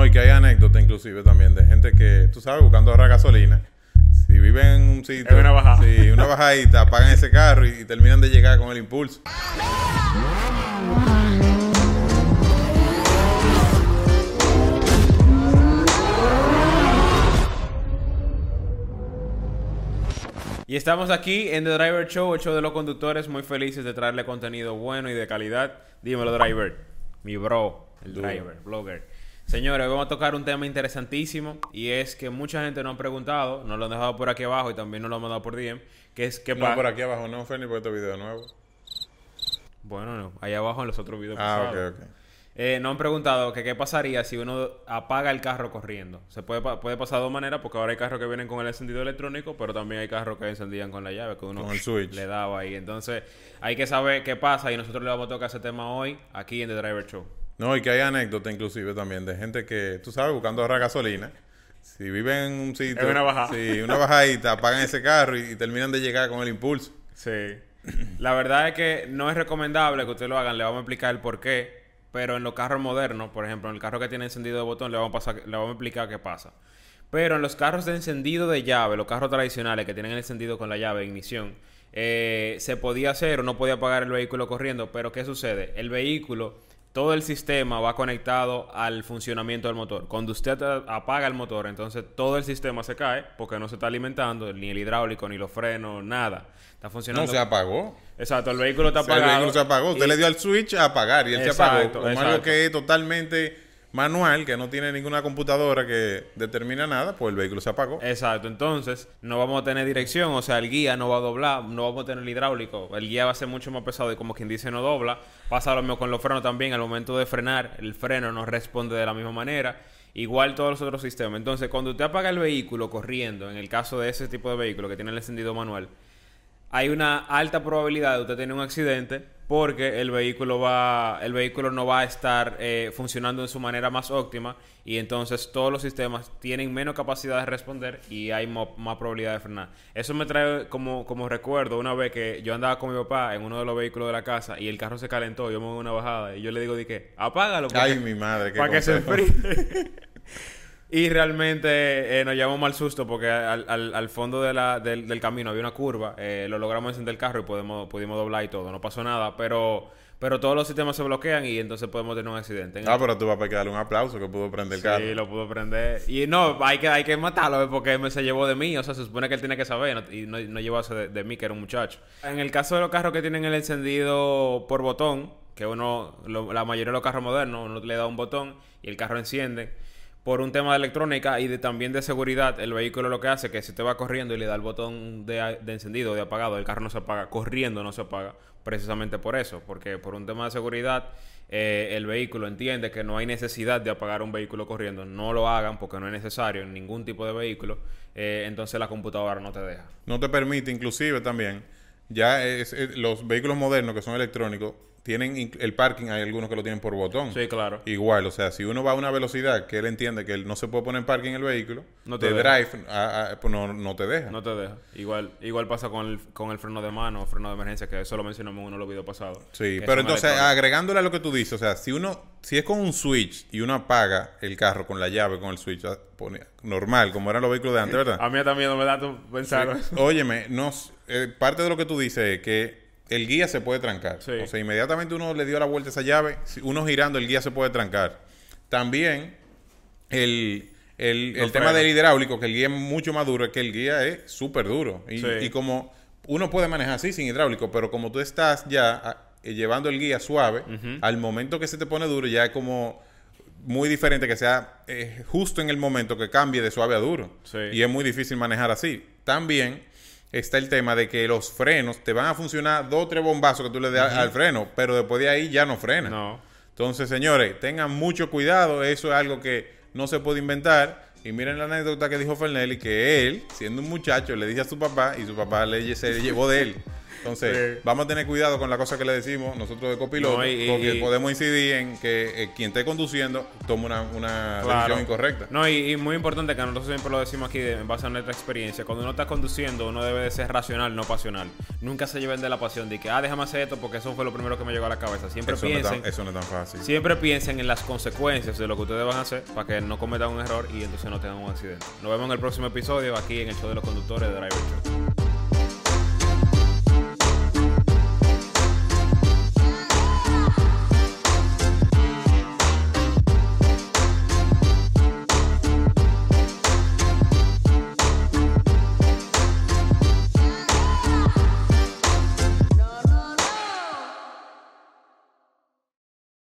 y que hay anécdotas inclusive también de gente que, tú sabes, buscando ahorrar gasolina. Si viven en un sitio... Es una bajada. Sí, una bajadita, apagan ese carro y terminan de llegar con el impulso. Y estamos aquí en The Driver Show, el show de los conductores, muy felices de traerle contenido bueno y de calidad. Dímelo, Driver. Mi bro, el driver, blogger. Señores, vamos a tocar un tema interesantísimo y es que mucha gente nos ha preguntado, nos lo han dejado por aquí abajo y también nos lo han mandado por DM, que es ¿qué pasa? No, por aquí abajo no, Ferni, por este video nuevo. Bueno, no, ahí abajo en los otros videos Ah, pasados. ok. Nos han preguntado que qué pasaría si uno apaga el carro corriendo. Se puede pasar de dos maneras, porque ahora hay carros que vienen con el encendido electrónico, pero también hay carros que encendían con la llave, que uno Con el switch. le daba ahí. Entonces, hay que saber qué pasa y nosotros le vamos a tocar ese tema hoy, aquí en The Driver Show. No, y que hay anécdotas inclusive también de gente que, tú sabes, buscando ahorrar gasolina. Si viven en un sitio... Es una bajada. Sí, una bajadita, apagan ese carro y terminan de llegar con el impulso. Sí. La verdad es que no es recomendable que ustedes lo hagan. Le vamos a explicar el por qué. Pero en los carros modernos, por ejemplo, en el carro que tiene encendido de botón, le vamos a explicar qué pasa. Pero en los carros de encendido de llave, los carros tradicionales que tienen el encendido con la llave de ignición, se podía hacer o no podía apagar el vehículo corriendo. Pero ¿qué sucede? El vehículo, todo el sistema va conectado al funcionamiento del motor. Cuando usted apaga el motor, entonces todo el sistema se cae porque no se está alimentando, ni el hidráulico, ni los frenos, nada. Está funcionando. No, se apagó. Exacto, el vehículo está O sea, apagado. el vehículo se apagó. Usted le dio al switch a apagar y él se apagó. Como algo que es totalmente manual, que no tiene ninguna computadora que determina nada, pues el vehículo se apagó. Exacto, entonces no vamos a tener dirección, o sea, el guía no va a doblar, no vamos a tener el hidráulico, el guía va a ser mucho más pesado y como quien dice no dobla. Pasa lo mismo con los frenos también, al momento de frenar, el freno no responde de la misma manera. Igual todos los otros sistemas. Entonces, cuando usted apaga el vehículo corriendo, en el caso de ese tipo de vehículo que tiene el encendido manual, hay una alta probabilidad de usted tener un accidente porque el vehículo no va a estar funcionando de su manera más óptima y entonces todos los sistemas tienen menos capacidad de responder y hay más probabilidad de frenar. Eso me trae como recuerdo una vez que yo andaba con mi papá en uno de los vehículos de la casa y el carro se calentó, yo me voy a una bajada y yo le digo de que apágalo Ay, mi madre, qué para que se consejo. enfríe. Y realmente nos llevamos mal susto porque al fondo del camino había una curva. Lo logramos encender el carro y pudimos doblar y todo. No pasó nada, pero todos los sistemas se bloquean y entonces podemos tener un accidente. Pero tú vas a darle un aplauso que pudo prender el carro. Sí, lo pudo prender. Y no, hay que matarlo porque se llevó de mí. O sea, se supone que él tiene que saber y no llevarse de mí, que era un muchacho. En el caso de los carros que tienen el encendido por botón, que la mayoría de los carros modernos, uno le da un botón y el carro enciende. Por un tema de electrónica y también de seguridad, el vehículo lo que hace es que si usted va corriendo y le da el botón de encendido, de apagado, el carro no se apaga, corriendo no se apaga, precisamente por eso, porque por un tema de seguridad, el vehículo entiende que no hay necesidad de apagar un vehículo corriendo, no lo hagan porque no es necesario en ningún tipo de vehículo, entonces la computadora no te deja. No te permite, inclusive también, ya los vehículos modernos que son electrónicos, tienen el parking, hay algunos que lo tienen por botón. Sí, claro. Igual, o sea, si uno va a una velocidad que él entiende que él no se puede poner en parking en el vehículo, No te de deja. drive, pues no te deja. No te deja. Igual pasa con el freno de mano, freno de emergencia, que eso lo mencionamos en uno de los videos pasados. Sí, Que pero son entonces electrónicos. agregándole a lo que tú dices, o sea, si es con un switch y uno apaga el carro con la llave, con el switch, normal, como eran los vehículos de antes, ¿verdad? A mí también no me da tu pensar. Sí. Óyeme, parte de lo que tú dices es que el guía se puede trancar. Sí. O sea, inmediatamente uno le dio la vuelta a esa llave, uno girando, el guía se puede trancar. También el tema frenos. del hidráulico, que el guía es mucho más duro, es que el guía es súper duro. Sí. Y como uno puede manejar así sin hidráulico, pero como tú estás ya llevando el guía suave, al momento que se te pone duro ya es como muy diferente que sea justo en el momento que cambie de suave a duro. Sí. Y es muy difícil manejar así. También está el tema de que los frenos te van a funcionar 2 o 3 bombazos que tú le des al freno, pero después de ahí ya no frena. No. Entonces, señores, tengan mucho cuidado. Eso es algo que no se puede inventar. Y miren la anécdota que dijo Fernelli, que él, siendo un muchacho, le dice a su papá y su papá se llevó de él. Entonces, vamos a tener cuidado con la cosa que le decimos nosotros de copiloto, porque podemos incidir en que quien esté conduciendo tome una decisión incorrecta. No, y muy importante que nosotros siempre lo decimos aquí en base a nuestra experiencia. Cuando uno está conduciendo, uno debe de ser racional, no pasional. Nunca se lleven de la pasión de que, déjame hacer esto porque eso fue lo primero que me llegó a la cabeza. Siempre piensen... Eso no es tan fácil. Siempre piensen en las consecuencias de lo que ustedes van a hacer para que no cometan un error y entonces no tengan un accidente. Nos vemos en el próximo episodio aquí en el show de los conductores de Driver Show.